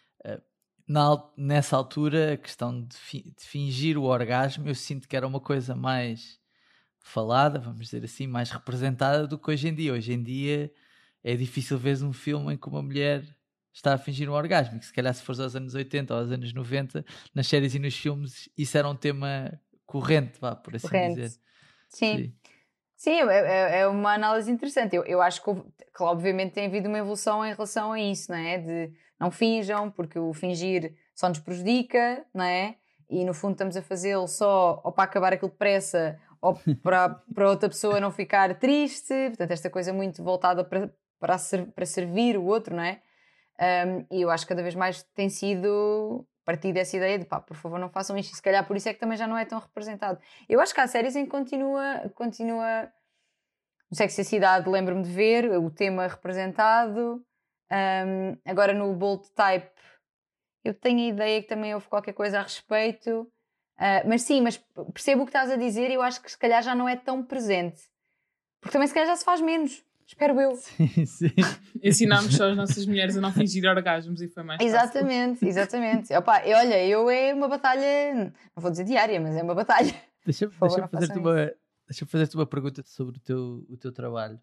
Nessa altura, a questão de fingir o orgasmo, eu sinto que era uma coisa mais falada, vamos dizer assim, mais representada do que hoje em dia. Hoje em dia é difícil ver um filme em que uma mulher está a fingir um orgasmo, que se calhar se fores aos anos 80 ou aos anos 90, nas séries e nos filmes, isso era um tema corrente, por assim dizer. Sim, é uma análise interessante. Eu acho que obviamente tem havido uma evolução em relação a isso, não é? De não finjam, porque o fingir só nos prejudica, não é? E no fundo estamos a fazê-lo só ou para acabar aquilo depressa ou para outra pessoa não ficar triste. Portanto, esta coisa muito voltada para servir o outro, não é? E eu acho que cada vez mais tem sido partir dessa ideia de por favor não façam isto, e se calhar por isso é que também já não é tão representado. Eu acho que há séries em que continua no Sexo e a Cidade, lembro-me de ver o tema representado. Agora no Bold Type eu tenho a ideia que também houve qualquer coisa a respeito, mas percebo o que estás a dizer, e eu acho que se calhar já não é tão presente, porque também se calhar já se faz menos. Espero eu. Sim. Ensinámos só as nossas mulheres a não fingir orgasmos e foi mais fácil. Exatamente. Olha, é uma batalha, não vou dizer diária, mas é uma batalha. Deixa-me fazer-te uma pergunta sobre o teu trabalho.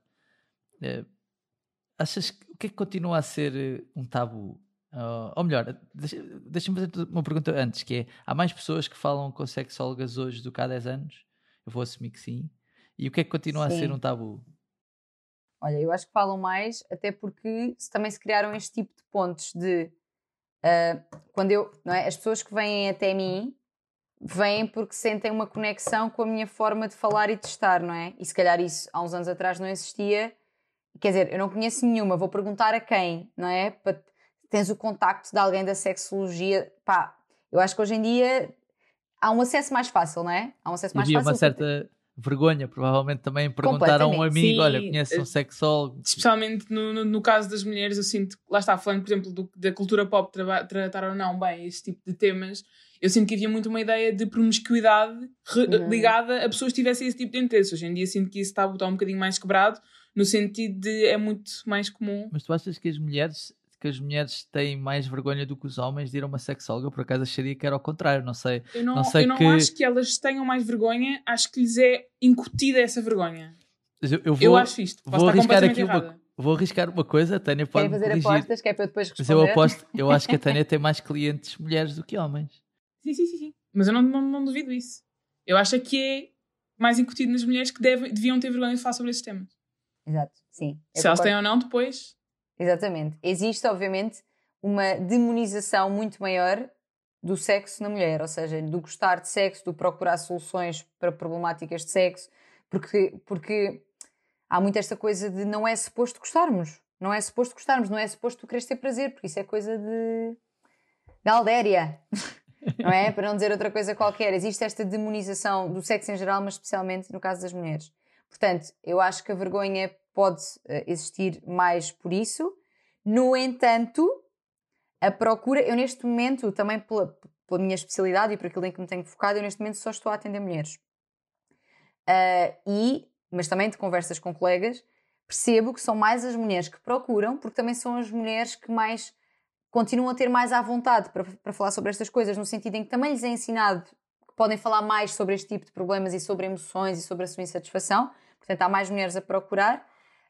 Achas que o que é que continua a ser um tabu? Ou melhor, deixa-me fazer uma pergunta antes, que é, há mais pessoas que falam com sexólogas hoje do que há 10 anos? Eu vou assumir que sim. E o que é que continua a ser um tabu? Olha, eu acho que falam mais, até porque também se criaram este tipo de pontos de não é? As pessoas que vêm até mim vêm porque sentem uma conexão com a minha forma de falar e de estar, não é? E se calhar isso há uns anos atrás não existia. Quer dizer, eu não conheço nenhuma, vou perguntar a quem, não é? Tens o contacto de alguém da sexologia. Pá, eu acho que hoje em dia há um acesso mais fácil, não é? Há um acesso mais Havia fácil. Uma certa vergonha, provavelmente, também perguntar a um amigo, Sim, olha, conheces um sexólogo? Especialmente no caso das mulheres, eu sinto, lá está, falando, por exemplo, da cultura pop tratar ou não bem este tipo de temas, eu sinto que havia muito uma ideia de promiscuidade ligada a pessoas que tivessem esse tipo de interesse. Hoje em dia sinto que isso está um bocadinho mais quebrado, no sentido de é muito mais comum. Mas tu achas que as mulheres têm mais vergonha do que os homens de ir a uma sexóloga? Por acaso acharia que era ao contrário, não sei. Eu não acho que elas tenham mais vergonha, acho que lhes é incutida essa vergonha. Eu acho isto. Vou arriscar aqui vou arriscar uma coisa, a Tânia pode fazer corrigir. Apostas, que é para eu depois responder. Mas eu acho que a Tânia tem mais clientes mulheres do que homens. Sim. Mas eu não duvido isso. Eu acho que é mais incutido nas mulheres que deviam ter vergonha de falar sobre esses temas. Exato, sim. Se elas têm ou não, depois... Exatamente. Existe, obviamente, uma demonização muito maior do sexo na mulher, ou seja, do gostar de sexo, do procurar soluções para problemáticas de sexo, porque há muito esta coisa de não é suposto gostarmos, não é suposto tu queres ter prazer, porque isso é coisa de aldéria, não é? Para não dizer outra coisa qualquer. Existe esta demonização do sexo em geral, mas especialmente no caso das mulheres. Portanto, eu acho que a vergonha pode existir mais por isso. No entanto, a procura... Eu neste momento, também pela minha especialidade e por aquilo em que me tenho focado, eu neste momento só estou a atender mulheres. Mas também de conversas com colegas, percebo que são mais as mulheres que procuram, porque também são as mulheres que mais continuam a ter mais à vontade para falar sobre estas coisas, no sentido em que também lhes é ensinado que podem falar mais sobre este tipo de problemas e sobre emoções e sobre a sua insatisfação. Portanto, há mais mulheres a procurar.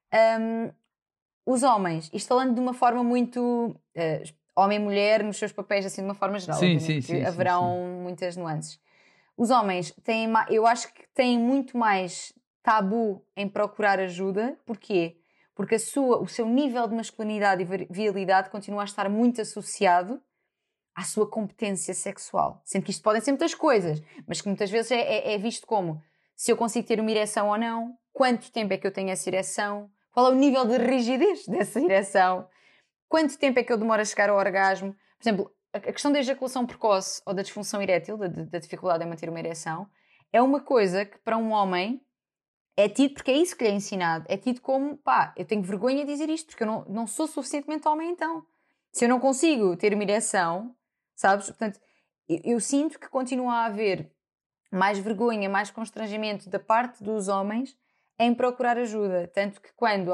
Os homens, isto falando de uma forma muito homem e mulher nos seus papéis, assim, de uma forma geral, sim, haverão muitas nuances. Os homens eu acho que têm muito mais tabu em procurar ajuda. Porquê? Porque o seu nível de masculinidade e virilidade continua a estar muito associado à sua competência sexual, sendo que isto podem ser muitas coisas, mas que muitas vezes é visto como se eu consigo ter uma ereção ou não, quanto tempo é que eu tenho essa ereção, qual é o nível de rigidez dessa ereção, quanto tempo é que eu demoro a chegar ao orgasmo. Por exemplo, a questão da ejaculação precoce ou da disfunção erétil, da dificuldade em manter uma ereção, é uma coisa que para um homem é tido, porque é isso que lhe é ensinado, é tido como, eu tenho vergonha de dizer isto, porque eu não sou suficientemente homem então. Se eu não consigo ter uma ereção, sabes? Portanto, eu sinto que continua a haver mais vergonha, mais constrangimento da parte dos homens em procurar ajuda. Tanto que quando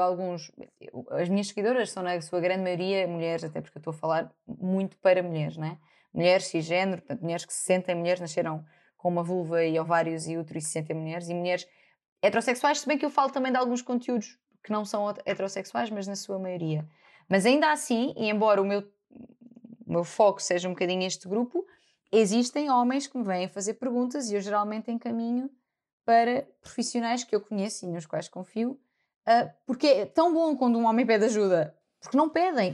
as minhas seguidoras são na sua grande maioria mulheres, até porque eu estou a falar muito para mulheres, não é? Mulheres cisgênero, portanto, mulheres que se sentem mulheres, nasceram com uma vulva e ovários e útero e se sentem mulheres, e mulheres heterossexuais, se bem que eu falo também de alguns conteúdos que não são heterossexuais, mas na sua maioria. Mas ainda assim, e embora o meu foco seja um bocadinho este grupo, existem homens que me vêm fazer perguntas e eu geralmente encaminho para profissionais que eu conheço e nos quais confio, porque é tão bom quando um homem pede ajuda, porque não pedem.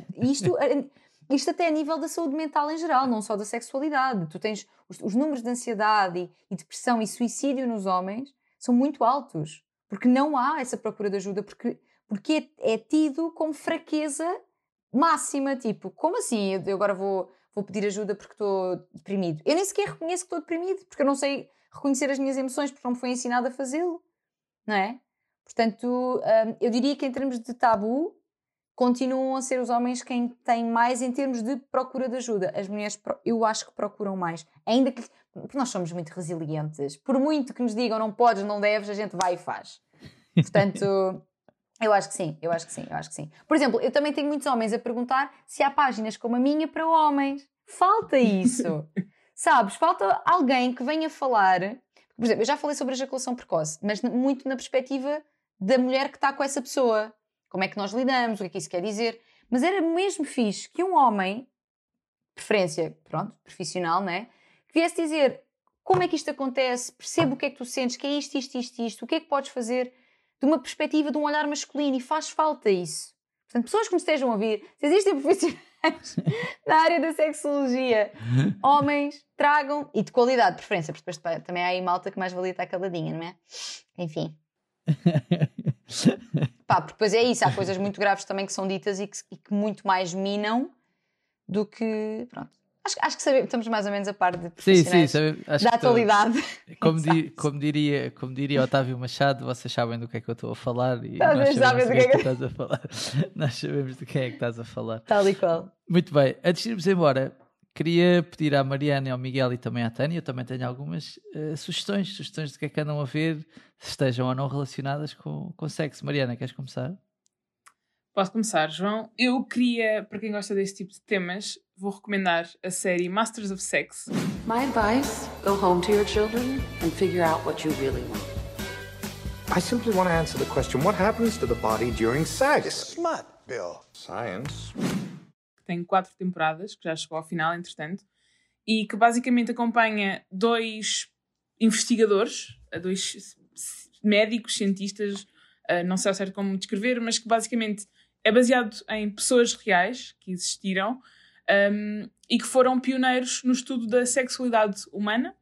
Isto até a nível da saúde mental em geral, não só da sexualidade. Tu tens os números de ansiedade e depressão e suicídio nos homens são muito altos, porque não há essa procura de ajuda, porque é tido como fraqueza máxima, tipo, como assim eu agora vou pedir ajuda porque estou deprimido? Eu nem sequer reconheço que estou deprimido, porque eu não sei reconhecer as minhas emoções, porque não me foi ensinado a fazê-lo, não é? Portanto, eu diria que em termos de tabu, continuam a ser os homens quem têm mais em termos de procura de ajuda. As mulheres, eu acho que procuram mais, ainda que porque nós somos muito resilientes. Por muito que nos digam não podes, não deves, a gente vai e faz. Portanto, eu acho que sim. Por exemplo, eu também tenho muitos homens a perguntar se há páginas como a minha para homens. Falta isso. Sabes? Falta alguém que venha falar. Por exemplo, eu já falei sobre a ejaculação precoce, mas muito na perspectiva da mulher que está com essa pessoa. Como é que nós lidamos, o que é que isso quer dizer. Mas era mesmo fixe que um homem, preferência, profissional, não é? Que viesse dizer como é que isto acontece, percebe o que é que tu sentes, que é isto, o que é que podes fazer de uma perspectiva, de um olhar masculino, e faz falta isso. Portanto, pessoas que me estejam a ouvir, se existem profissionais na área da sexologia, homens, tragam, e de qualidade, de preferência, porque depois também há aí malta que mais valia estar caladinha, não é? Enfim. Pá, porque depois é isso, há coisas muito graves também que são ditas e que muito mais minam do que, pronto. Acho que estamos mais ou menos a par de profissionais da atualidade. Como diria Otávio Machado, vocês sabem do que é que eu estou a falar e nós sabemos do que é que estás a falar. Nós sabemos do que é que estás a falar. Tal e qual. Muito bem, antes de irmos embora, queria pedir à Mariana, ao Miguel e também à Tânia, eu também tenho algumas sugestões do que é que andam a ver, se estejam ou não relacionadas com sexo. Mariana, queres começar? Posso começar, João? Eu queria, para quem gosta deste tipo de temas, vou recomendar a série Masters of Sex. My advice, go home to your children and figure out what you really want. I simply want to answer the question, what happens to the body during sex? Smut, Bill. Science. Tem 4 temporadas, que já chegou ao final, entretanto, e que basicamente acompanha 2 investigadores, 2 médicos, cientistas, não sei ao certo como descrever, mas que basicamente é baseado em pessoas reais que existiram e que foram pioneiros no estudo da sexualidade humana,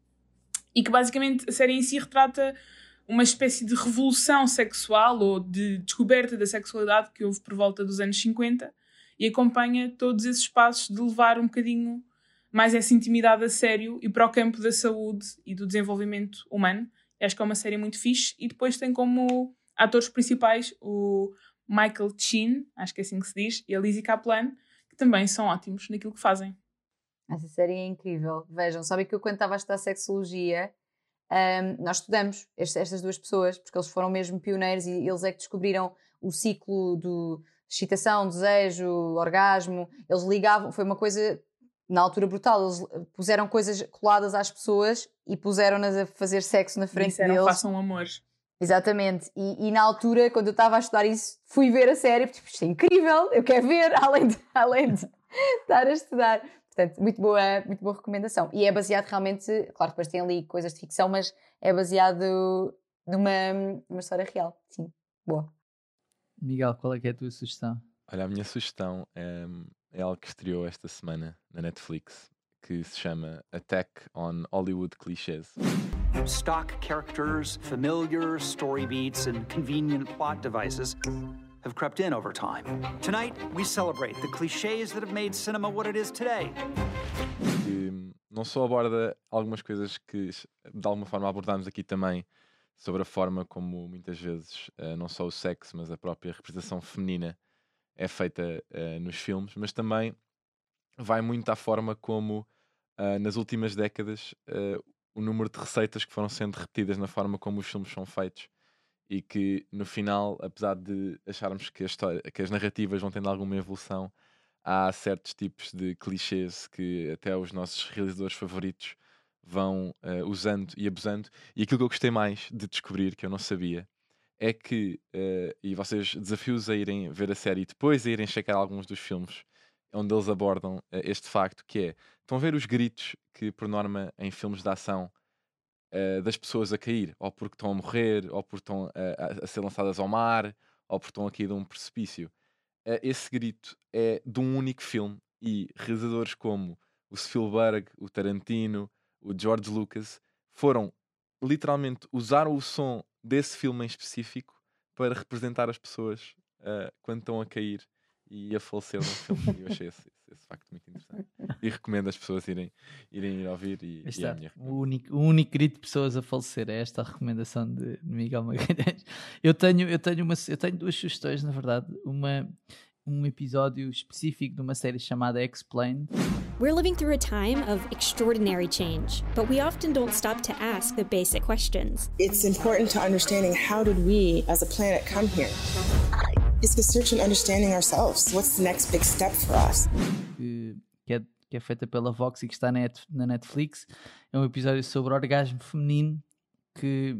e que basicamente a série em si retrata uma espécie de revolução sexual ou de descoberta da sexualidade que houve por volta dos anos 50 e acompanha todos esses passos de levar um bocadinho mais essa intimidade a sério e para o campo da saúde e do desenvolvimento humano. Acho que é uma série muito fixe, e depois tem como atores principais o Michael Sheen, acho que é assim que se diz, e a Lizzie Kaplan, que também são ótimos naquilo que fazem. Essa série é incrível. Vejam, sabem que eu quando estava a estudar sexologia, nós estudamos estas 2 pessoas, porque eles foram mesmo pioneiros e eles é que descobriram o ciclo de excitação, desejo, orgasmo. Eles ligavam, foi uma coisa na altura brutal, eles puseram coisas coladas às pessoas e puseram-nas a fazer sexo na frente deles. Façam amor. Exatamente, e na altura, quando eu estava a estudar isso, fui ver a série, porque isto é incrível, eu quero ver, além de estar a estudar. Portanto, muito boa recomendação. E é baseado realmente, claro que depois tem ali coisas de ficção, mas é baseado numa história real. Sim, boa. Miguel, qual é que é a tua sugestão? Olha, a minha sugestão é algo que estreou esta semana na Netflix, que se chama Attack on Hollywood Clichés. Stock characters, familiar story beats, and convenient plot devices have crept in over time. Tonight, we celebrate the clichés that have made cinema what it is today. Que não só aborda algumas coisas que, de alguma forma, abordámos aqui também, sobre a forma como, muitas vezes, não só o sexo, mas a própria representação feminina é feita nos filmes, mas também vai muito à forma como, nas últimas décadas, o número de receitas que foram sendo repetidas na forma como os filmes são feitos, e que no final, apesar de acharmos que as narrativas vão tendo alguma evolução, há certos tipos de clichês que até os nossos realizadores favoritos vão usando e abusando. E aquilo que eu gostei mais de descobrir, que eu não sabia, é que, e vocês desafios a irem ver a série e depois a irem checar alguns dos filmes onde eles abordam este facto, que é, estão a ver os gritos que, por norma, em filmes de ação, das pessoas a cair, ou porque estão a morrer, ou porque estão a ser lançadas ao mar, ou porque estão a cair de um precipício. Esse grito é de um único filme, e realizadores como o Spielberg, o Tarantino, o George Lucas, foram, literalmente, usaram o som desse filme em específico para representar as pessoas quando estão a cair e a falecer no filme. E eu achei esse facto muito interessante. E recomendo as pessoas irem ouvir. E é a minha o único grito de pessoas a falecer é esta a recomendação de Miguel Magalhães. Eu tenho 2 sugestões, na verdade. Um episódio específico de uma série chamada Explained. We're living through a time of extraordinary change, but we often don't stop to ask the basic questions. It's important to understanding how did we as a planet come here. It's the search and understanding ourselves. What's the next big step for us? Que é feita pela Vox e que está na Netflix. É um episódio sobre orgasmo feminino que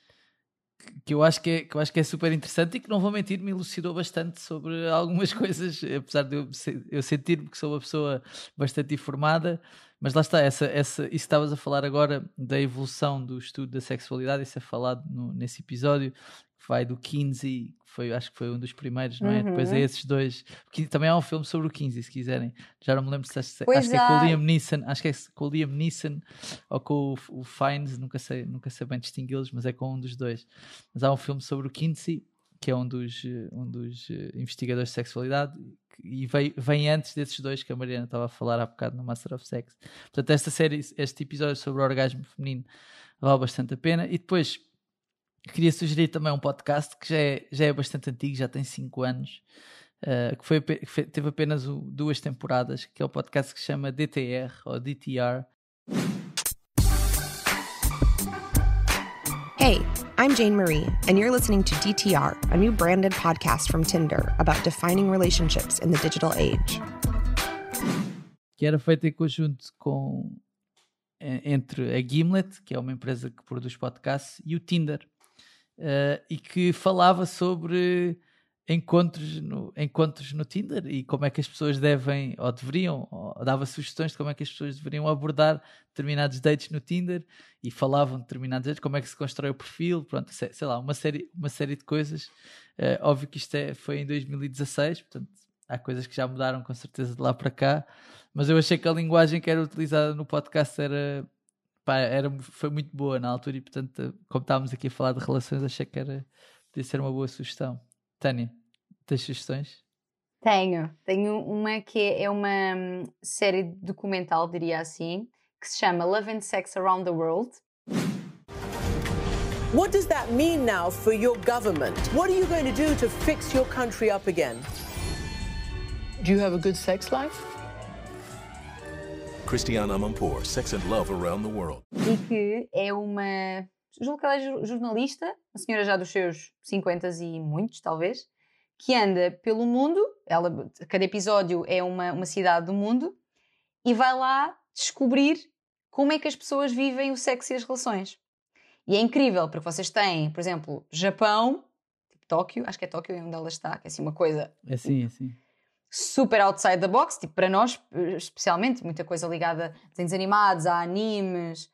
eu acho que é super interessante e que, não vou mentir, me elucidou bastante sobre algumas coisas, apesar de eu sentir-me que sou uma pessoa bastante informada. Mas lá está, isso que estavas a falar agora da evolução do estudo da sexualidade, isso é falado nesse episódio. que vai do Kinsey, acho que foi um dos primeiros, não é? Depois é esses dois. Também há um filme sobre o Kinsey, se quiserem. Já não me lembro se acho que é com o Liam Neeson, acho que é com o Liam Neeson ou com o Fiennes, nunca sei bem distingui-los, mas é com um dos dois. Mas há um filme sobre o Kinsey, que é um dos investigadores de sexualidade, e vem antes desses dois que a Mariana estava a falar há bocado no Master of Sex. Portanto, este episódio sobre o orgasmo feminino vale bastante a pena. E depois queria sugerir também um podcast que já é bastante antigo, já tem 5 anos, que teve apenas 2 temporadas, que é o podcast que se chama DTR ou DTR. Hey, I'm Jane Marie, and you're listening to DTR, a new branded podcast from Tinder about defining relationships in the digital age. Que era feito em conjunto entre a Gimlet, que é uma empresa que produz podcasts, e o Tinder, e que falava sobre encontros no Tinder e como é que as pessoas devem, ou deveriam, ou dava sugestões de como é que as pessoas deveriam abordar determinados dates no Tinder, e falavam de determinados dates, como é que se constrói o perfil, pronto, sei lá, uma série de coisas. Óbvio que isto foi em 2016, portanto há coisas que já mudaram com certeza de lá para cá, mas eu achei que a linguagem que era utilizada no podcast foi muito boa na altura, e portanto, como estávamos aqui a falar de relações, achei que podia ser uma boa sugestão. Tânia, tens sugestões? Tenho uma que é uma série documental, diria assim, que se chama Love and Sex Around the World. What does that mean now for your government? What are you going to do to fix your country up again? Do you have a good sex life? Christiane Amanpour, Sex and Love Around the World. E que é uma... julgo que ela é jornalista, uma senhora já dos seus 50 e muitos, talvez, que anda pelo mundo. Cada episódio é uma cidade do mundo, e vai lá descobrir como é que as pessoas vivem o sexo e as relações. E é incrível, porque vocês têm, por exemplo, Japão, tipo Tóquio, acho que é Tóquio onde ela está, que é assim uma coisa... É assim. Super outside the box, tipo para nós, especialmente, muita coisa ligada a desenhos animados, a animes...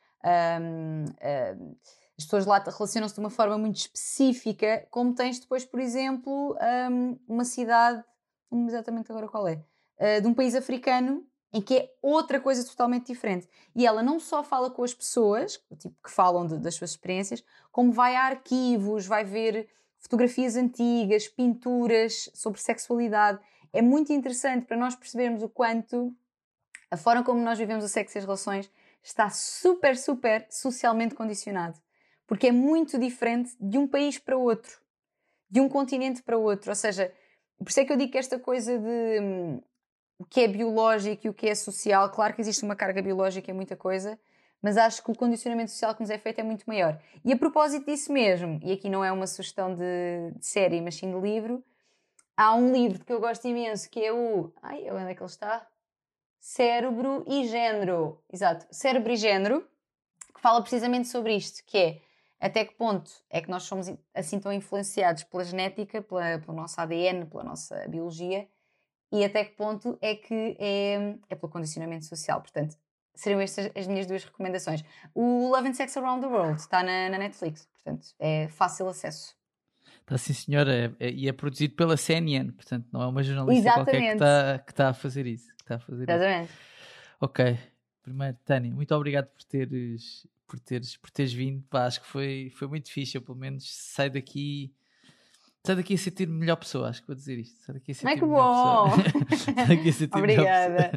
as pessoas lá relacionam-se de uma forma muito específica, como tens depois, por exemplo, uma cidade, não sei exatamente agora qual é, de um país africano, em que é outra coisa totalmente diferente. E ela não só fala com as pessoas, tipo, que falam das suas experiências, como vai a arquivos, vai ver fotografias antigas, pinturas sobre sexualidade. É muito interessante para nós percebermos o quanto a forma como nós vivemos o sexo e as relações está super, super socialmente condicionado. Porque é muito diferente de um país para outro, de um continente para outro. Ou seja, por isso é que eu digo que esta coisa de o que é biológico e o que é social, claro que existe uma carga biológica em muita coisa, mas acho que o condicionamento social que nos é feito é muito maior. E a propósito disso mesmo, e aqui não é uma sugestão de série, mas sim de livro, há um livro que eu gosto imenso, que é onde é que ele está? Cérebro e Género. Exato, Cérebro e Género, que fala precisamente sobre isto, que é até que ponto é que nós somos assim tão influenciados pela genética, pelo nosso ADN, pela nossa biologia, e até que ponto é que é pelo condicionamento social. Portanto, seriam estas as minhas 2 recomendações. O Love and Sex Around the World está na Netflix, portanto, é fácil acesso. Está sim, senhora, e é produzido pela CNN, portanto, não é uma jornalista qualquer que está a fazer isso. Exatamente. Ok. Primeiro, Tânia, muito obrigado por teres vindo. Pá, acho que foi muito fixe. Eu, pelo menos, saio daqui a sentir-me melhor pessoa. Acho que vou dizer isto. Sai daqui a sentir-me melhor pessoa. Sai daqui a sentir-me obrigada.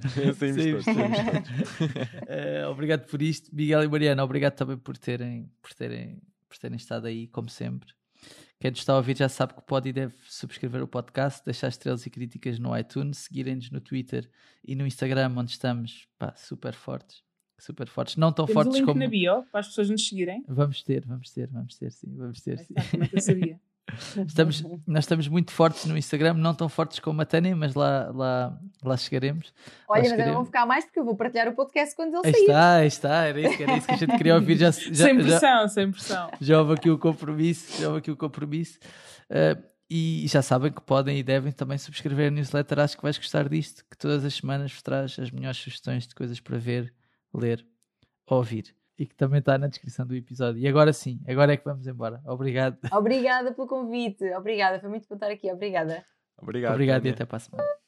Obrigado por isto. Miguel e Mariana, obrigado também por terem estado aí, como sempre. Quem nos está a ouvir já sabe que pode e deve subscrever o podcast, deixar estrelas e críticas no iTunes, seguirem-nos no Twitter e no Instagram, onde estamos super fortes. Não tão Temos fortes um link como... na bio para as pessoas nos seguirem. Vamos ter, sim. Como é que eu sabia? Nós estamos muito fortes no Instagram, não tão fortes como a Tânia, mas lá chegaremos. Olha, mas eu não vou ficar mais porque eu vou partilhar o podcast quando ele sair. Está, era isso que a gente queria ouvir. Sem pressão. Já houve aqui o compromisso. E já sabem que podem e devem também subscrever a newsletter. Acho que vais gostar disto, que todas as semanas vos traz as melhores sugestões de coisas para ver, ler, ouvir. e que também está na descrição do episódio. E agora sim, agora é que vamos embora. Obrigado. Obrigada pelo convite. Obrigada, foi muito bom estar aqui. Obrigada. Obrigado e até para a semana.